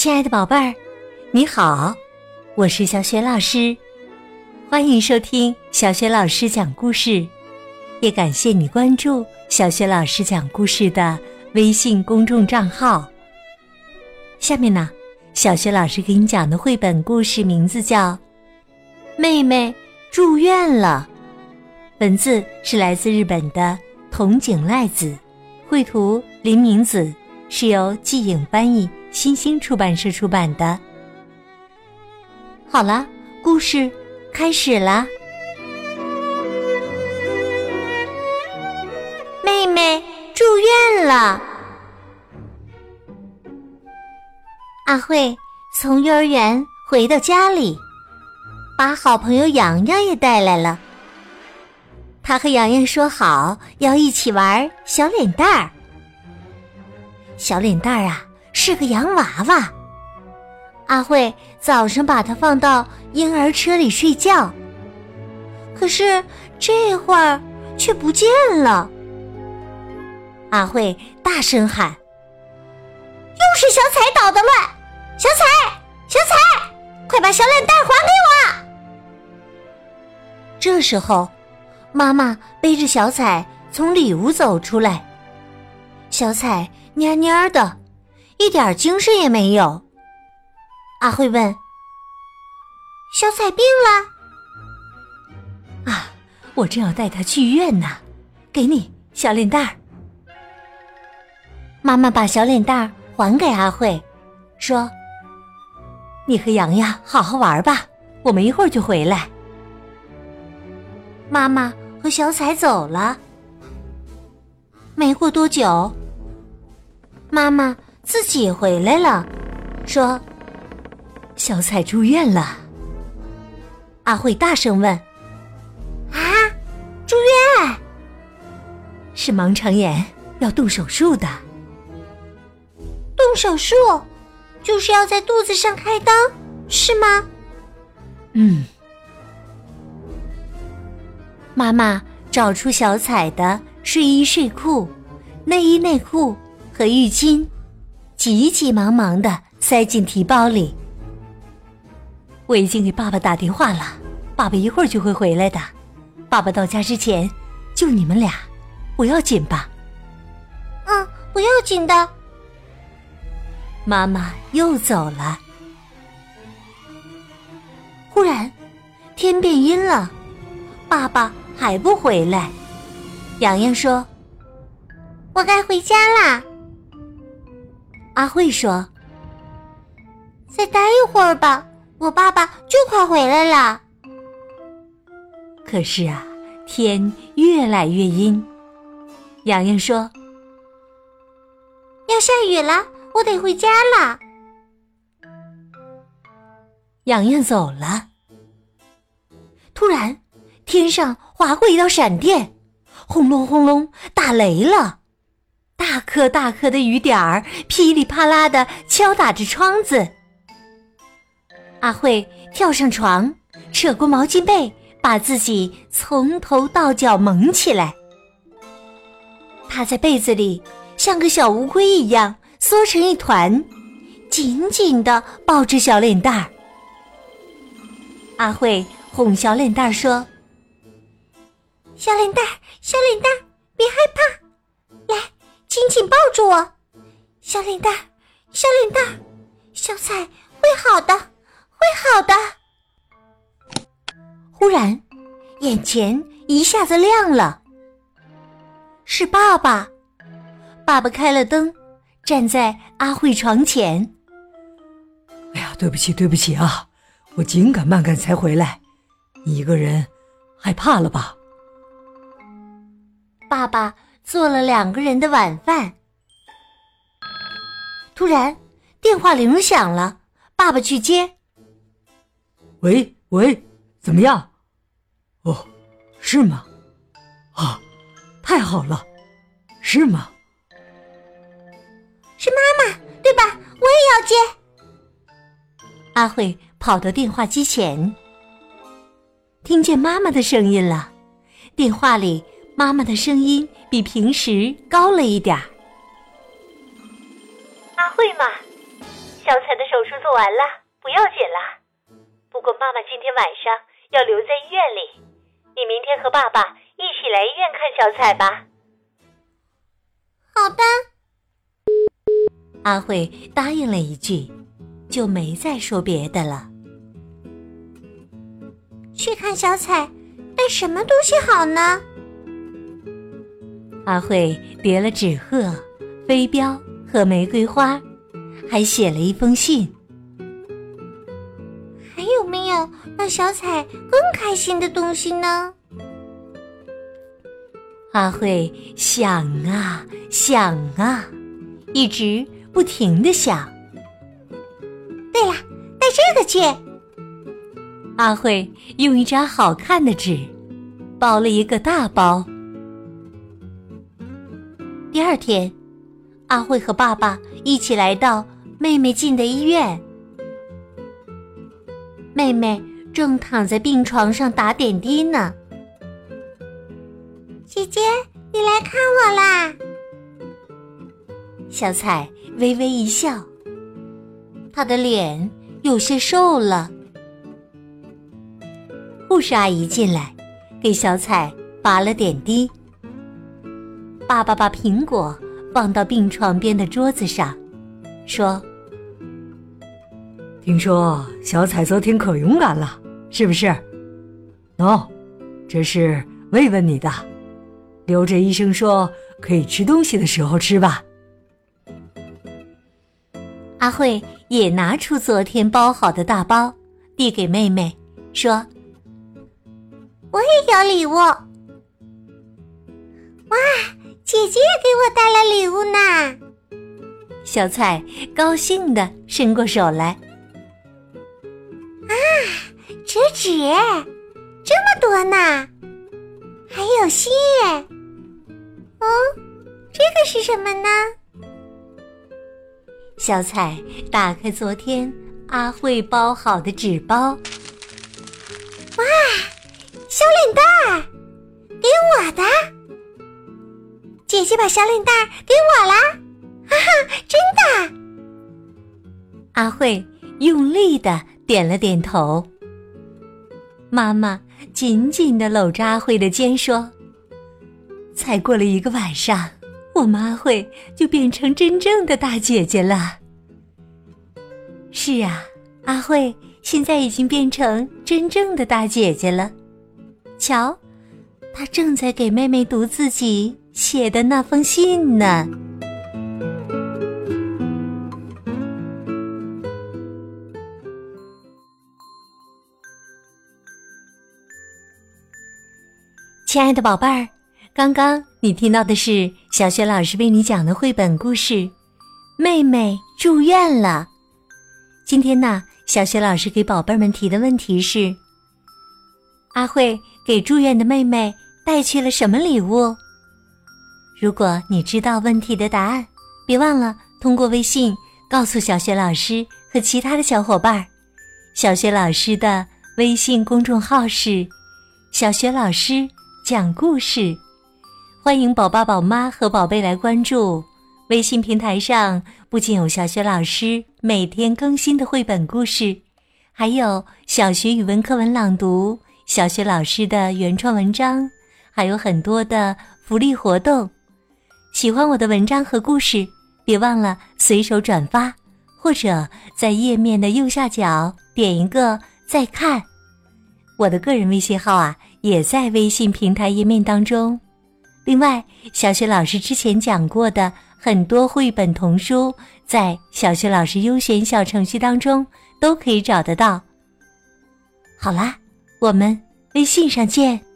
亲爱的宝贝儿，你好，我是小雪老师，欢迎收听小雪老师讲故事，也感谢你关注小雪老师讲故事的微信公众账号。下面呢，小雪老师给你讲的绘本故事名字叫《妹妹住院了》，文字是来自日本的筒井赖子，绘图林明子，是由季影翻译，新兴出版社出版的。好了，故事开始啦。妹妹住院了。阿慧从幼儿园回到家里，把好朋友洋洋也带来了。她和洋洋说好要一起玩小脸蛋儿。小脸蛋儿啊，是个洋娃娃。阿慧早上把它放到婴儿车里睡觉，可是这会儿却不见了。阿慧大声喊：又是小彩捣的乱！小彩，小彩，快把小脸蛋还给我！这时候，妈妈背着小彩从里屋走出来，小彩蔫蔫的，一点精神也没有。阿慧问：小彩病了？啊，我正要带她去医院呢，给你小脸蛋儿。妈妈把小脸蛋儿还给阿慧，说：你和洋洋好好玩吧，我们一会儿就回来。妈妈和小彩走了。没过多久，妈妈自己回来了，说：小彩住院了。阿慧大声问：啊，住院？是盲肠炎，要动手术的。动手术？就是要在肚子上开刀，是吗？嗯。妈妈找出小彩的睡衣睡裤、内衣内裤和浴巾，急急忙忙地塞进提包里。我已经给爸爸打电话了，爸爸一会儿就会回来的。爸爸到家之前，就你们俩，不要紧吧？嗯，不要紧的。妈妈又走了。忽然，天变阴了，爸爸还不回来。洋洋说：我该回家啦。阿慧说：再待一会儿吧，我爸爸就快回来了。可是啊，天越来越阴。洋洋说：要下雨了，我得回家了。洋洋走了。突然，天上划过一道闪电，轰隆轰隆，打雷了。大颗大颗的雨点儿噼里啪啦地敲打着窗子。阿慧跳上床，扯过毛巾被，把自己从头到脚蒙起来。她在被子里像个小乌龟一样缩成一团，紧紧地抱着小脸蛋儿。阿慧哄小脸蛋儿说：小脸蛋儿，小脸蛋儿，别害怕，来，紧紧抱住我。小脸蛋儿，小脸蛋儿，小彩会好的，会好的。忽然，眼前一下子亮了，是爸爸。爸爸开了灯，站在阿慧床前。 哎呀，对不起啊，我紧赶慢赶才回来，你一个人害怕了吧？ 爸爸做了2个人的晚饭。突然，电话铃响了，爸爸去接。 喂，怎么样？哦，是吗？啊，太好了，是吗？ 是妈妈，对吧？我也要接。阿慧跑到电话机前，听见妈妈的声音了。电话里妈妈的声音比平时高了一点。阿慧嘛，小彩的手完了，不要紧了。不过妈妈今天晚上要留在医院里，你明天和爸爸一起来医院看小彩吧。 好的。 阿慧答应了一句，就没再说别的了。 去看小彩，带什么东西好呢？ 阿慧叠了纸鹤、飞镖和玫瑰花，还写了一封信。 还有没有让小彩更开心的东西呢？ 阿慧想啊想啊，一直不停地想。 对了，带这个去。 阿慧用一张好看的纸包了一个大包。第二天，阿慧和爸爸一起来到妹妹进的医院。妹妹正躺在病床上打点滴呢。 姐姐，你来看我啦！ 小彩微微一笑，她的脸有些瘦了。护士阿姨进来，给小彩拔了点滴。爸爸把苹果放到病床边的桌子上，说： 听说小彩昨天可勇敢了，是不是？喏，这是慰问你的，留着医生说可以吃东西的时候吃吧。 阿慧也拿出昨天包好的大包，递给妹妹，说： 我也有礼物。哇，姐姐也给我带了礼物呢。 小彩高兴地伸过手来。 啊，折纸，这么多呢，还有信。这个是什么呢？ 小彩打开昨天阿慧包好的纸包。 哇，小领带儿，给我的。姐姐把小领带儿给我啦，哈哈，真的。 阿慧用力地点了点头。妈妈紧紧地搂着阿慧的肩说：才过了1个晚上，我们阿慧就变成真正的大姐姐了。是啊，阿慧现在已经变成真正的大姐姐了。瞧，她正在给妹妹读自己写的那封信呢。亲爱的宝贝儿，刚刚你听到的是小雪老师为你讲的绘本故事《妹妹住院了》。今天呢，小雪老师给宝贝们提的问题是：阿慧给住院的妹妹带去了什么礼物？如果你知道问题的答案，别忘了通过微信告诉小雪老师和其他的小伙伴。小雪老师的微信公众号是小雪老师讲故事，欢迎宝爸宝妈和宝贝来关注。微信平台上不仅有小雪老师每天更新的绘本故事，还有小学语文课文朗读、小雪老师的原创文章，还有很多的福利活动。喜欢我的文章和故事，别忘了随手转发，或者在页面的右下角点一个再看。我的个人微信号也在微信平台页面当中。另外，小雪老师之前讲过的很多绘本童书，在小雪老师优选小程序当中都可以找得到。好啦，我们微信上见。